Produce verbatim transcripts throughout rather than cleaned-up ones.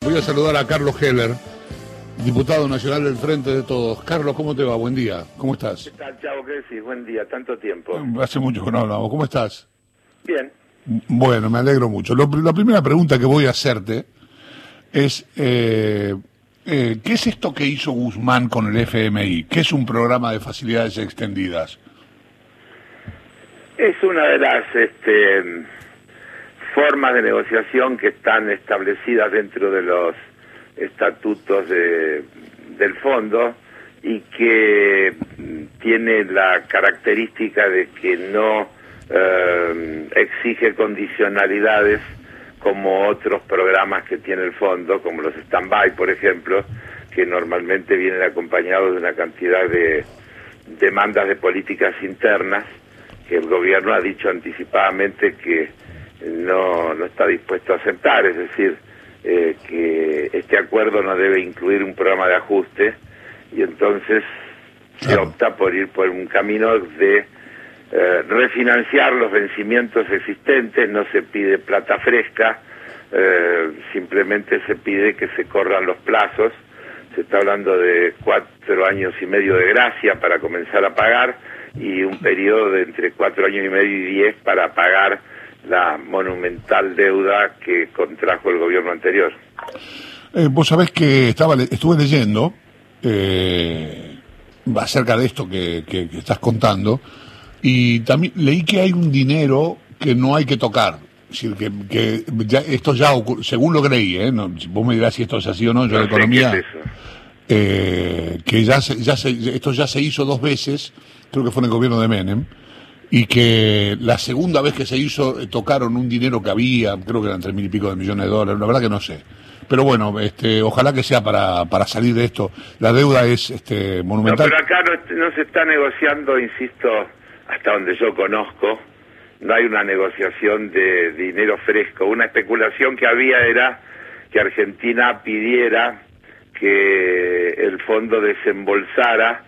Voy a saludar a Carlos Heller, diputado nacional del Frente de Todos. Carlos, ¿cómo te va? Buen día. ¿Cómo estás? ¿Qué tal, Chavo? ¿Qué decís? Buen día, tanto tiempo. Hace mucho que no hablamos. ¿Cómo estás? Bien. Bueno, me alegro mucho. Lo, la primera pregunta que voy a hacerte es, eh, eh, ¿qué es esto que hizo Guzmán con el F M I? ¿Qué es un programa de facilidades extendidas? Es una de las este, formas de negociación que están establecidas dentro de los estatutos de, del fondo y que tiene la característica de que no eh, exige condicionalidades como otros programas que tiene el fondo, como los stand-by, por ejemplo, que normalmente vienen acompañados de una cantidad de demandas de políticas internas que el gobierno ha dicho anticipadamente que no, no está dispuesto a aceptar, es decir, eh, que este acuerdo no debe incluir un programa de ajuste y entonces se opta por ir por un camino de eh, refinanciar los vencimientos existentes, no se pide plata fresca, eh, simplemente se pide que se corran los plazos, se está hablando de cuatro años y medio de gracia para comenzar a pagar y un periodo de entre cuatro años y medio y diez para pagar la monumental deuda que contrajo el gobierno anterior. Eh, vos sabés que estaba estuve leyendo eh, acerca de esto que, que, que estás contando y también leí que hay un dinero que no hay que tocar. Es decir, que, que ya, esto ya ocurre, según lo que leí, ¿eh? No, vos me dirás si esto es así o no, yo no de economía, qué es eso. Eh, que ya se, ya se, esto ya se hizo dos veces, creo que fue en el gobierno de Menem, y que la segunda vez que se hizo eh, tocaron un dinero que había, creo que eran tres mil y pico de millones de dólares, la verdad que no sé. Pero bueno, este, ojalá que sea para, para salir de esto. La deuda es este, monumental. No, pero acá no, no se está negociando, insisto, hasta donde yo conozco, no hay una negociación de dinero fresco. Una especulación que había era que Argentina pidiera que el fondo desembolsara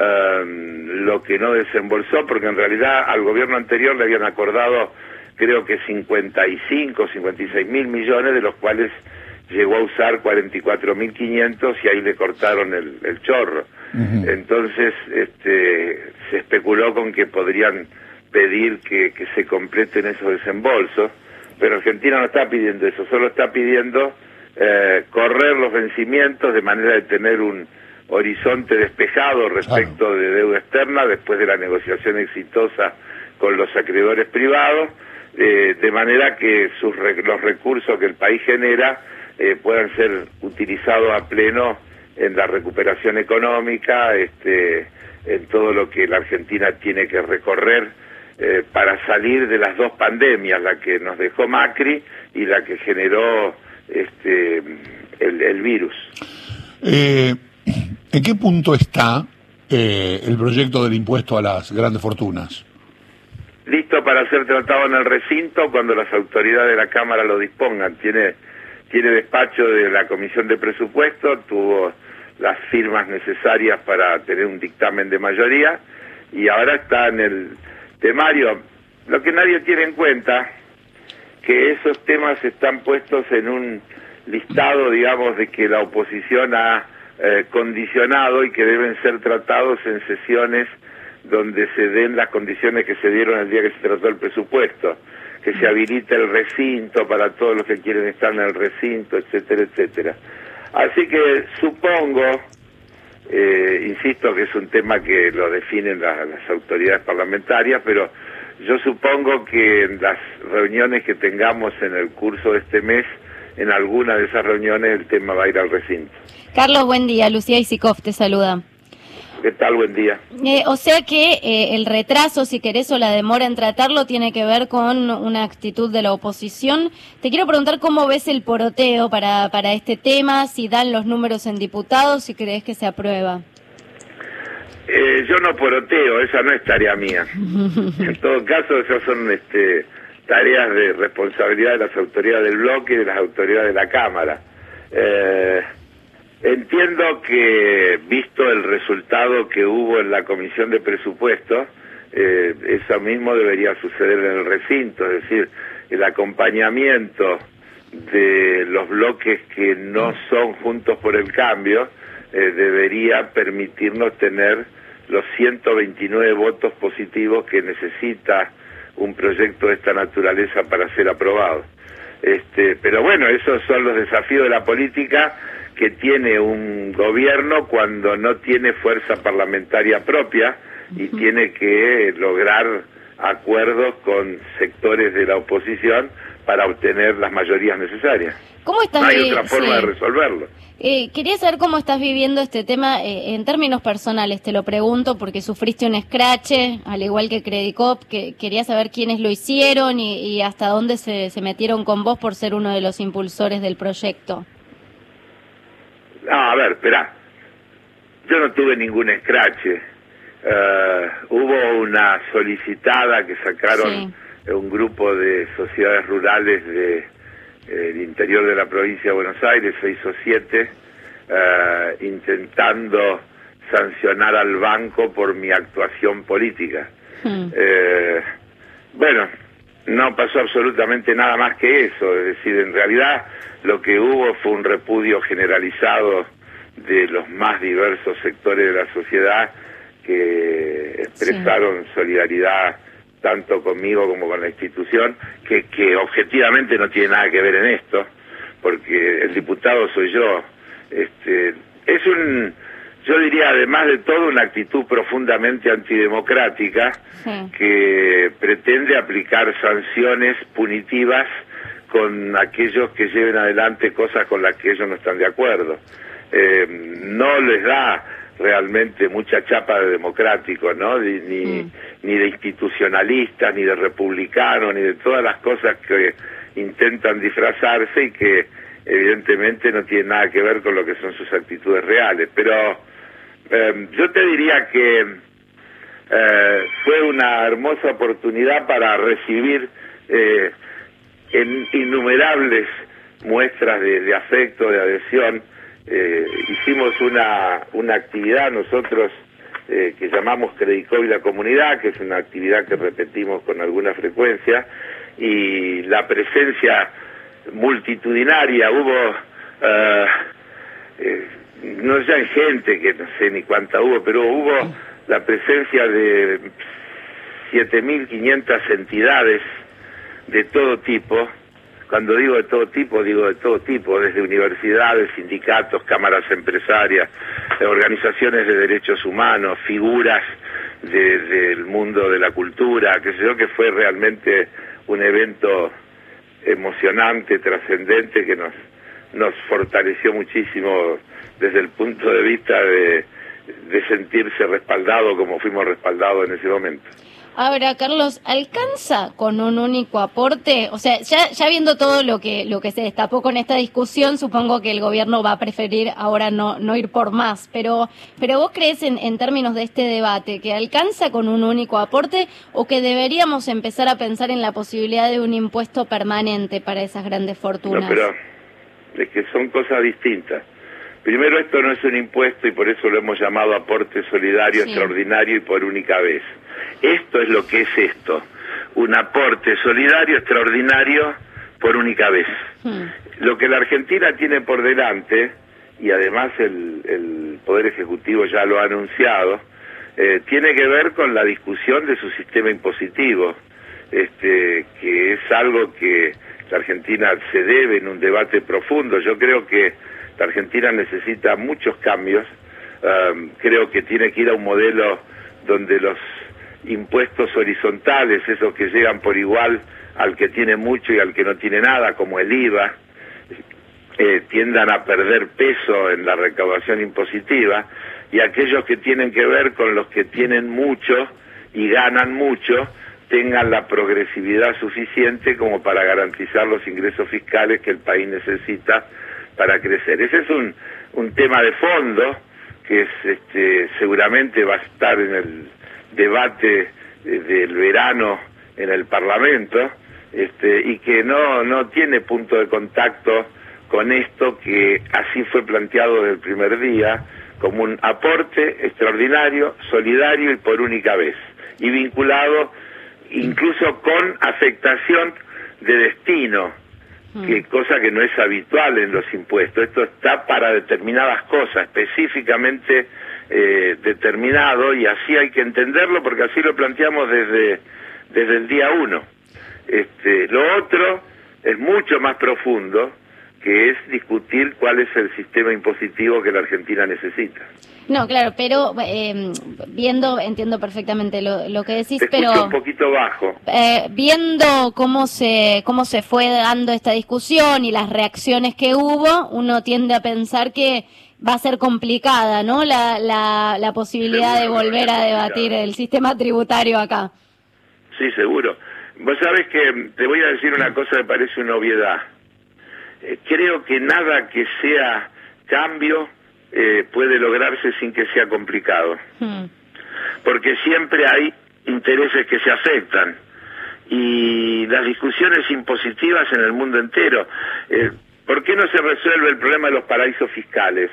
um, lo que no desembolsó, porque en realidad al gobierno anterior le habían acordado creo que cincuenta y cinco, cincuenta y seis mil millones, de los cuales llegó a usar cuarenta y cuatro mil quinientos y ahí le cortaron el, el chorro. Uh-huh. Entonces este, se especuló con que podrían pedir que, que se completen esos desembolsos, pero Argentina no está pidiendo eso, solo está pidiendo eh, correr los vencimientos de manera de tener un horizonte despejado respecto claro. de deuda externa después de la negociación exitosa con los acreedores privados, eh, de manera que sus los recursos que el país genera eh, puedan ser utilizados a pleno en la recuperación económica, este, en todo lo que la Argentina tiene que recorrer eh, para salir de las dos pandemias, la que nos dejó Macri y la que generó este, el, el virus. Eh, ¿En qué punto está eh, el proyecto del impuesto a las grandes fortunas? Listo para ser tratado en el recinto cuando las autoridades de la Cámara lo dispongan. Tiene, tiene despacho de la Comisión de Presupuesto, tuvo las firmas necesarias para tener un dictamen de mayoría y ahora está en el temario. Lo que nadie tiene en cuenta, que esos temas están puestos en un listado, digamos, de que la oposición ha eh, condicionado y que deben ser tratados en sesiones donde se den las condiciones que se dieron el día que se trató el presupuesto, que se habilite el recinto para todos los que quieren estar en el recinto, etcétera, etcétera. Así que supongo, eh, insisto que es un tema que lo definen la, las autoridades parlamentarias, pero yo supongo que en las reuniones que tengamos en el curso de este mes, en alguna de esas reuniones el tema va a ir al recinto. Carlos, buen día. Lucía Isikoff te saluda. ¿Qué tal? Buen día. Eh, o sea que eh, el retraso, si querés, o la demora en tratarlo tiene que ver con una actitud de la oposición. Te quiero preguntar cómo ves el poroteo para, para este tema, si dan los números en diputados, si crees que se aprueba. Eh, yo no poroteo, esa no es tarea mía. En todo caso, esas son este, tareas de responsabilidad de las autoridades del bloque y de las autoridades de la Cámara. Eh... Entiendo que, visto el resultado que hubo en la Comisión de Presupuestos, eh, eso mismo debería suceder en el recinto, es decir, el acompañamiento de los bloques que no son Juntos por el Cambio eh, debería permitirnos tener los ciento veintinueve votos positivos que necesita un proyecto de esta naturaleza para ser aprobado. Este, pero bueno, esos son los desafíos de la política que tiene un gobierno cuando no tiene fuerza parlamentaria propia y uh-huh. tiene que lograr acuerdos con sectores de la oposición para obtener las mayorías necesarias. ¿Cómo estás no hay otra forma sí. de resolverlo. Eh, quería saber cómo estás viviendo este tema eh, en términos personales, te lo pregunto porque sufriste un escrache, al igual que Credicop, que quería saber quiénes lo hicieron y, y hasta dónde se, se metieron con vos por ser uno de los impulsores del proyecto. No, a ver, esperá, yo no tuve ningún escrache, uh, hubo una solicitada que sacaron sí. un grupo de sociedades rurales de el interior de la provincia de Buenos Aires, seis o siete, uh, intentando sancionar al banco por mi actuación política. Hmm. Eh, bueno, no pasó absolutamente nada más que eso, es decir, en realidad lo que hubo fue un repudio generalizado de los más diversos sectores de la sociedad que expresaron sí. solidaridad tanto conmigo como con la institución, que, que objetivamente no tiene nada que ver en esto, porque el diputado soy yo. Este, es un, yo diría además de todo, una actitud profundamente antidemocrática sí. que pretende aplicar sanciones punitivas con aquellos que lleven adelante cosas con las que ellos no están de acuerdo. Eh, no les da realmente mucha chapa de democrático, ¿no? Ni, ni, mm. ni de institucionalistas, ni de republicanos, ni de todas las cosas que intentan disfrazarse y que evidentemente no tienen nada que ver con lo que son sus actitudes reales. Pero eh, yo te diría que eh, fue una hermosa oportunidad para recibir eh, en innumerables muestras de, de afecto, de adhesión. Eh, hicimos una una actividad nosotros eh, que llamamos Credicop y la comunidad, que es una actividad que repetimos con alguna frecuencia, y la presencia multitudinaria, hubo uh, eh, no ya hay gente, que no sé ni cuánta hubo, pero hubo la presencia de siete mil quinientas entidades de todo tipo. Cuando digo de todo tipo, digo de todo tipo, desde universidades, sindicatos, cámaras empresarias, organizaciones de derechos humanos, figuras de, del mundo de la cultura, que sé yo, que fue realmente un evento emocionante, trascendente, que nos, nos fortaleció muchísimo desde el punto de vista de, de sentirse respaldado como fuimos respaldados en ese momento. Ahora, Carlos, ¿alcanza con un único aporte? O sea, ya, ya viendo todo lo que lo que se destapó con esta discusión, supongo que el gobierno va a preferir ahora no no ir por más, pero pero ¿vos crees en, en términos de este debate que alcanza con un único aporte o que deberíamos empezar a pensar en la posibilidad de un impuesto permanente para esas grandes fortunas? No, pero es que son cosas distintas. Primero, esto no es un impuesto y por eso lo hemos llamado aporte solidario sí. extraordinario y por única vez. Esto es lo que es esto, un aporte solidario extraordinario por única vez. Hmm. Lo que la Argentina tiene por delante, y además el, el Poder Ejecutivo ya lo ha anunciado, eh, tiene que ver con la discusión de su sistema impositivo, este, que es algo que la Argentina se debe en un debate profundo. Yo creo que la Argentina necesita muchos cambios, um, creo que tiene que ir a un modelo donde los impuestos horizontales, esos que llegan por igual al que tiene mucho y al que no tiene nada, como el I V A, eh, tiendan a perder peso en la recaudación impositiva, y aquellos que tienen que ver con los que tienen mucho y ganan mucho, tengan la progresividad suficiente como para garantizar los ingresos fiscales que el país necesita para crecer. Ese es un, un tema de fondo que es, este, seguramente va a estar en el debate del verano en el Parlamento, este, y que no, no tiene punto de contacto con esto que así fue planteado desde el primer día, como un aporte extraordinario, solidario y por única vez, y vinculado incluso con afectación de destino que cosa que no es habitual en los impuestos. Esto está para determinadas cosas, específicamente eh, determinado, y así hay que entenderlo, porque así lo planteamos desde, desde el día uno. Este, lo otro es mucho más profundo, que es discutir cuál es el sistema impositivo que la Argentina necesita. No, claro, pero eh, viendo, entiendo perfectamente lo, lo que decís, Te pero escucho un poquito bajo. Eh, viendo cómo se cómo se fue dando esta discusión y las reacciones que hubo, uno tiende a pensar que va a ser complicada, ¿no? La la, la posibilidad Seguro, de volver a debatir complicado. el sistema tributario acá. Sí, seguro. Vos sabés que te voy a decir una cosa que me parece una obviedad. Eh, creo que nada que sea cambio eh, puede lograrse sin que sea complicado. Hmm. Porque siempre hay intereses que se afectan. Y las discusiones impositivas en el mundo entero. Eh, ¿Por qué no se resuelve el problema de los paraísos fiscales?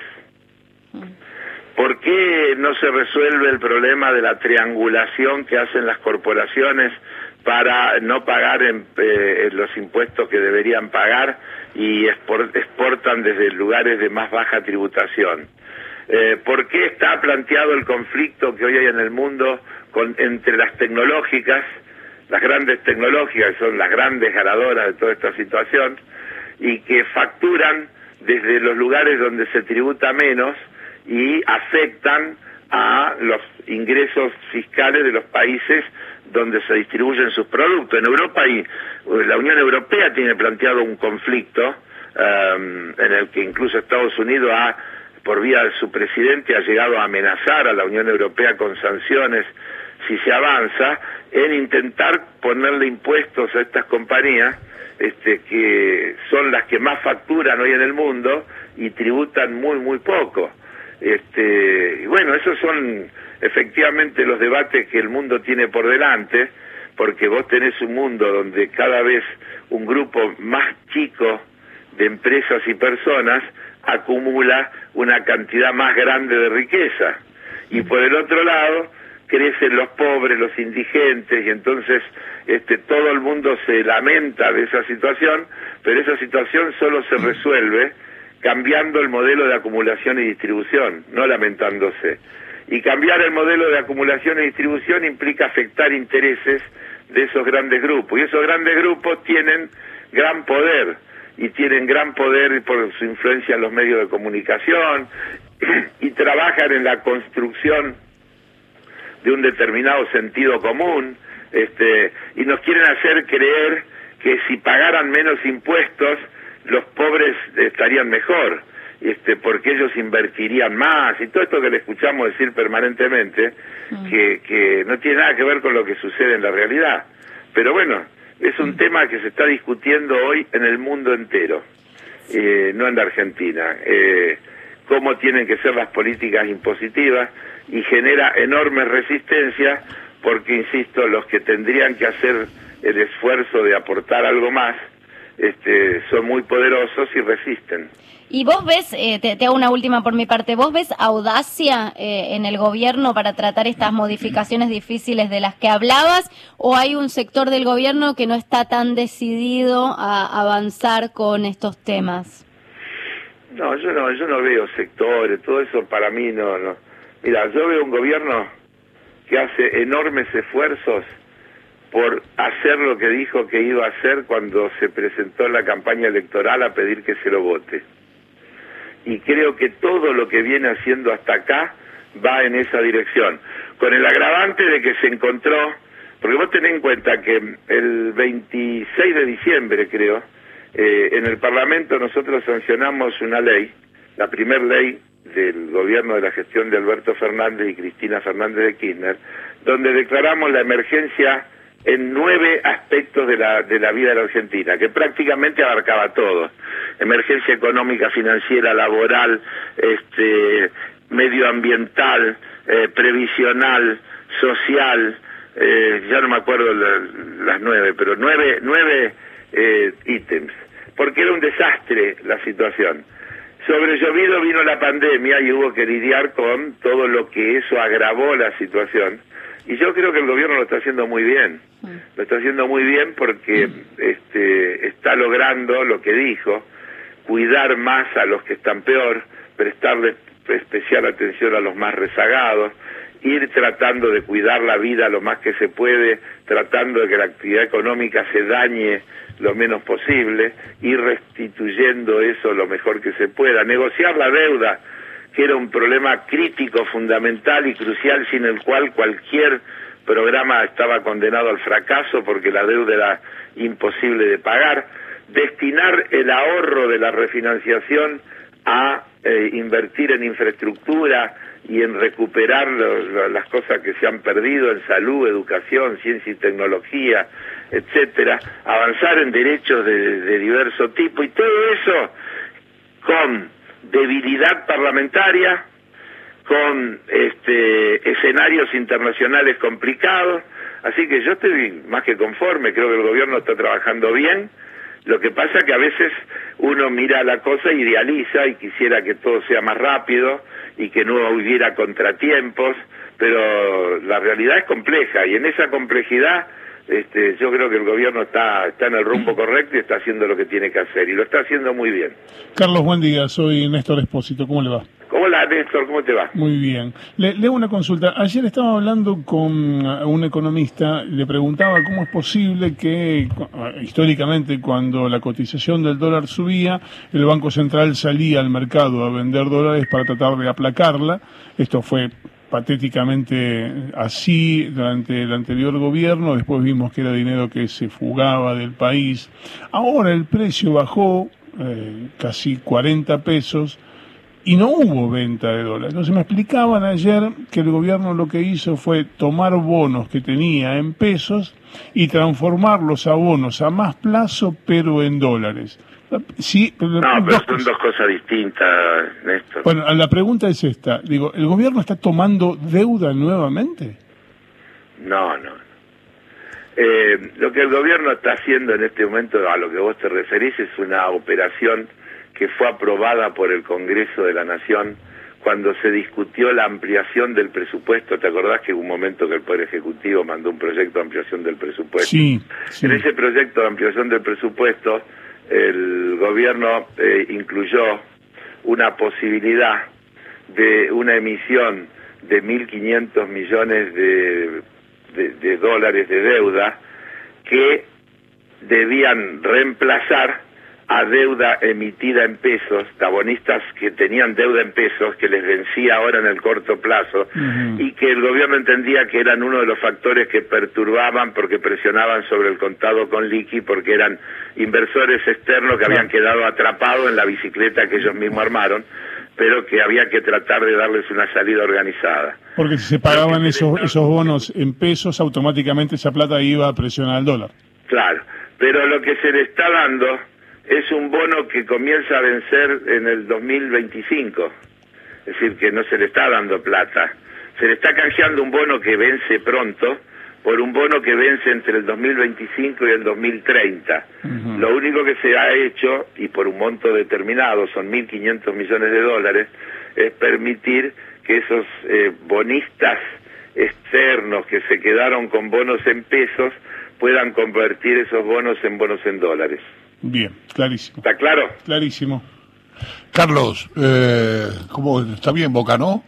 ¿Por qué no se resuelve el problema de la triangulación que hacen las corporaciones para no pagar en, eh, los impuestos que deberían pagar y export, exportan desde lugares de más baja tributación? Eh, ¿Por qué está planteado el conflicto que hoy hay en el mundo con, entre las tecnológicas, las grandes tecnológicas, que son las grandes ganadoras de toda esta situación, y que facturan desde los lugares donde se tributa menos y afectan a los ingresos fiscales de los países donde se distribuyen sus productos? En Europa y la Unión Europea tiene planteado un conflicto um, en el que incluso Estados Unidos ha, por vía de su presidente, ha llegado a amenazar a la Unión Europea con sanciones si se avanza en intentar ponerle impuestos a estas compañías este, que son las que más facturan hoy en el mundo y tributan muy, muy poco. Este, y bueno, esos son efectivamente los debates que el mundo tiene por delante, porque vos tenés un mundo donde cada vez un grupo más chico de empresas y personas acumula una cantidad más grande de riqueza, y por el otro lado crecen los pobres, los indigentes, y entonces este, todo el mundo se lamenta de esa situación, pero esa situación solo se resuelve cambiando el modelo de acumulación y distribución, no lamentándose. Y cambiar el modelo de acumulación y distribución implica afectar intereses de esos grandes grupos, y esos grandes grupos tienen gran poder, y tienen gran poder por su influencia en los medios de comunicación, y trabajan en la construcción de un determinado sentido común, este, y nos quieren hacer creer que si pagaran menos impuestos, los pobres estarían mejor, este, porque ellos invertirían más, y todo esto que le escuchamos decir permanentemente, mm. que, que no tiene nada que ver con lo que sucede en la realidad. Pero bueno, es un mm. tema que se está discutiendo hoy en el mundo entero, eh, no en la Argentina. Eh, cómo tienen que ser las políticas impositivas, y genera enorme resistencia, porque, insisto, los que tendrían que hacer el esfuerzo de aportar algo más, este, son muy poderosos y resisten. Y vos ves, eh, te, te hago una última por mi parte, ¿vos ves audacia eh, en el gobierno para tratar estas modificaciones difíciles de las que hablabas, o hay un sector del gobierno que no está tan decidido a avanzar con estos temas? No, yo no, yo no veo sectores, todo eso para mí no, no. Mira, yo veo un gobierno que hace enormes esfuerzos por hacer lo que dijo que iba a hacer cuando se presentó en la campaña electoral a pedir que se lo vote. Y creo que todo lo que viene haciendo hasta acá va en esa dirección, con el agravante de que se encontró, porque vos tenés en cuenta que el veintiséis de diciembre, creo, eh, en el Parlamento nosotros sancionamos una ley, la primer ley del gobierno de la gestión de Alberto Fernández y Cristina Fernández de Kirchner, donde declaramos la emergencia en nueve aspectos de la de la vida de la Argentina, que prácticamente abarcaba todo: emergencia económica, financiera, laboral, este, medioambiental, eh, previsional, social, eh, ya no me acuerdo la, las nueve, pero nueve nueve eh, ítems, porque era un desastre la situación. Sobre llovido vino la pandemia y hubo que lidiar con todo lo que eso agravó la situación, y yo creo que el gobierno lo está haciendo muy bien. Lo está haciendo muy bien porque este, está logrando lo que dijo, cuidar más a los que están peor, prestarle especial atención a los más rezagados, ir tratando de cuidar la vida lo más que se puede, tratando de que la actividad económica se dañe lo menos posible, ir restituyendo eso lo mejor que se pueda, negociar la deuda, que era un problema crítico, fundamental y crucial, sin el cual cualquier programa estaba condenado al fracaso porque la deuda era imposible de pagar, destinar el ahorro de la refinanciación a eh, invertir en infraestructura y en recuperar lo, lo, las cosas que se han perdido en salud, educación, ciencia y tecnología, etcétera, avanzar en derechos de, de diverso tipo, y todo eso con debilidad parlamentaria, con este, escenarios internacionales complicados, así que yo estoy más que conforme, creo que el gobierno está trabajando bien. Lo que pasa que a veces uno mira la cosa, idealiza y quisiera que todo sea más rápido y que no hubiera contratiempos, pero la realidad es compleja y en esa complejidad este, yo creo que el gobierno está, está en el rumbo correcto y está haciendo lo que tiene que hacer y lo está haciendo muy bien. Carlos, buen día, soy Néstor Espósito, ¿cómo le va? Hola Néstor, ¿cómo te va? Muy bien. Le, le hago una consulta. Ayer estaba hablando con un economista, le preguntaba cómo es posible que históricamente cuando la cotización del dólar subía, el Banco Central salía al mercado a vender dólares para tratar de aplacarla. Esto fue patéticamente así durante el anterior gobierno, después vimos que era dinero que se fugaba del país. Ahora el precio bajó eh, casi cuarenta pesos, y no hubo venta de dólares. Entonces me explicaban ayer que el gobierno lo que hizo fue tomar bonos que tenía en pesos y transformarlos a bonos a más plazo, pero en dólares. Sí, pero no, pero son cosas. dos cosas distintas, Néstor. Bueno, la pregunta es esta. Digo, ¿el gobierno está tomando deuda nuevamente? No, no. Eh, lo que el gobierno está haciendo en este momento, a lo que vos te referís, es una operación que fue aprobada por el Congreso de la Nación cuando se discutió la ampliación del presupuesto. ¿Te acordás que hubo un momento que el Poder Ejecutivo mandó un proyecto de ampliación del presupuesto? Sí, sí. En ese proyecto de ampliación del presupuesto, el gobierno eh, incluyó una posibilidad de una emisión de mil quinientos millones de, de, de dólares de deuda que debían reemplazar a deuda emitida en pesos, tabonistas que tenían deuda en pesos, que les vencía ahora en el corto plazo, uh-huh. y que el gobierno entendía que eran uno de los factores que perturbaban porque presionaban sobre el contado con liqui, porque eran inversores externos que habían quedado atrapados en la bicicleta que ellos mismos armaron, pero que había que tratar de darles una salida organizada. Porque si se pagaban esos, está... esos bonos en pesos, automáticamente esa plata iba a presionar al dólar. Claro, pero lo que se le está dando es un bono que comienza a vencer en el dos mil veinticinco, es decir, que no se le está dando plata, se le está canjeando un bono que vence pronto por un bono que vence entre el dos mil veinticinco y el dos mil treinta. Uh-huh. Lo único que se ha hecho, y por un monto determinado, son mil quinientos millones de dólares, es permitir que esos eh, bonistas externos que se quedaron con bonos en pesos puedan convertir esos bonos en bonos en dólares. Bien, clarísimo. ¿Está claro? Clarísimo. Carlos, eh, ¿cómo está bien Boca, no?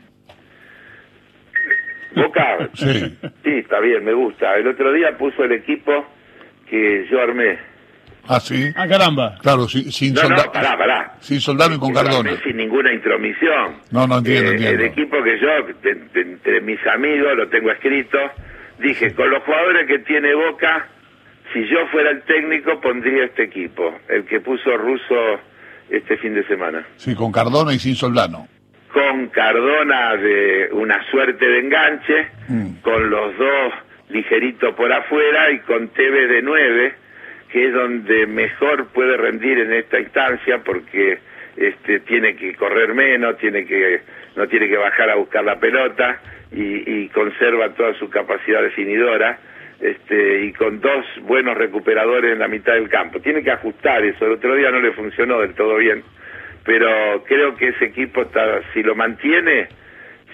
Boca, sí. Sí, está bien, me gusta. El otro día puso el equipo que yo armé. Ah, sí. Ah, caramba. Claro, sin, sin no, soldado. No, pará, pará. Sin soldado y con Cardona. Sin ninguna intromisión. No, no entiendo, eh, entiendo. El equipo que yo, de, de, entre mis amigos, lo tengo escrito, dije, con los jugadores que tiene Boca, si yo fuera el técnico, pondría este equipo, el que puso Russo este fin de semana. Sí, con Cardona y sin Soldano. Con Cardona de una suerte de enganche, mm. con los dos ligeritos por afuera y con Tevez de nueve, que es donde mejor puede rendir en esta instancia porque este tiene que correr menos, tiene que no tiene que bajar a buscar la pelota y, y conserva toda su capacidad definidora. Este, y con dos buenos recuperadores en la mitad del campo. Tiene que ajustar eso, el otro día no le funcionó del todo bien, pero creo que ese equipo está, si lo mantiene,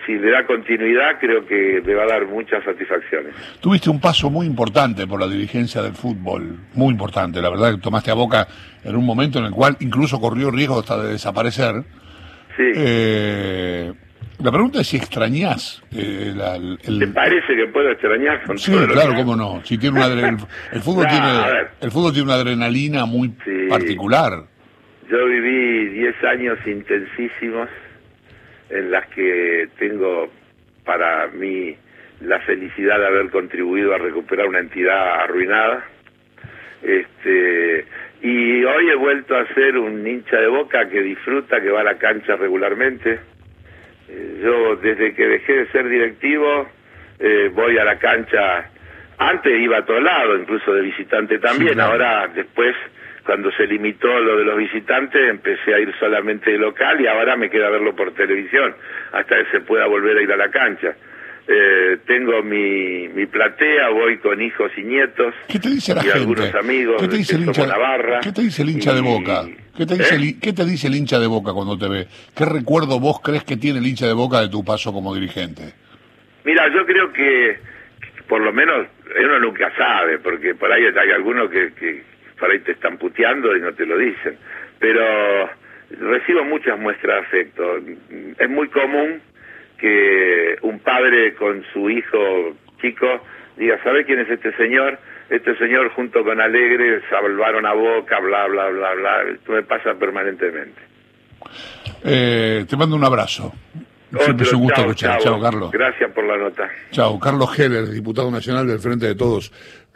si le da continuidad, creo que le va a dar muchas satisfacciones. Tuviste un paso muy importante por la dirigencia del fútbol, muy importante, la verdad que tomaste a Boca en un momento en el cual incluso corrió riesgo hasta de desaparecer. Sí. Eh, la pregunta es si extrañás eh, la, el... ¿Te parece que puedo extrañar? Con Sí, todo lo claro, que cómo no. Si tiene una adre- el, el fútbol No, a tiene ver. el fútbol tiene una adrenalina muy Sí. particular. Yo viví diez años intensísimos en las que tengo para mí la felicidad de haber contribuido a recuperar una entidad arruinada. Este, y hoy he vuelto a ser un hincha de Boca que disfruta, que va a la cancha regularmente. Eh, yo desde que dejé de ser directivo eh, voy a la cancha. Antes iba a todos lados, incluso de visitante también. Sí, claro. Ahora después, cuando se limitó lo de los visitantes, empecé a ir solamente de local y ahora me queda verlo por televisión hasta que se pueda volver a ir a la cancha. Eh, tengo mi, mi platea, voy con hijos y nietos. ¿Qué te dice la y gente? algunos amigos ¿Qué te dice el que hincha? somos Navarra. ¿Qué te dice el hincha de Y- Boca? ¿Qué te dice, ¿Eh? el, ¿Qué te dice el hincha de Boca cuando te ve? ¿Qué recuerdo vos crees que tiene el hincha de Boca de tu paso como dirigente? Mira, yo creo que, que por lo menos uno nunca sabe, porque por ahí hay algunos que, que por ahí te están puteando y no te lo dicen. Pero recibo muchas muestras de afecto. Es muy común que un padre con su hijo chico diga, ¿sabe quién es este señor? Este señor junto con Alegre salvaron a Boca, bla, bla, bla, bla. Esto me pasa permanentemente. Eh, te mando un abrazo. Siempre es un gusto escuchar. Chao, Carlos. Gracias por la nota. Chao, Carlos Heller, diputado nacional del Frente de Todos.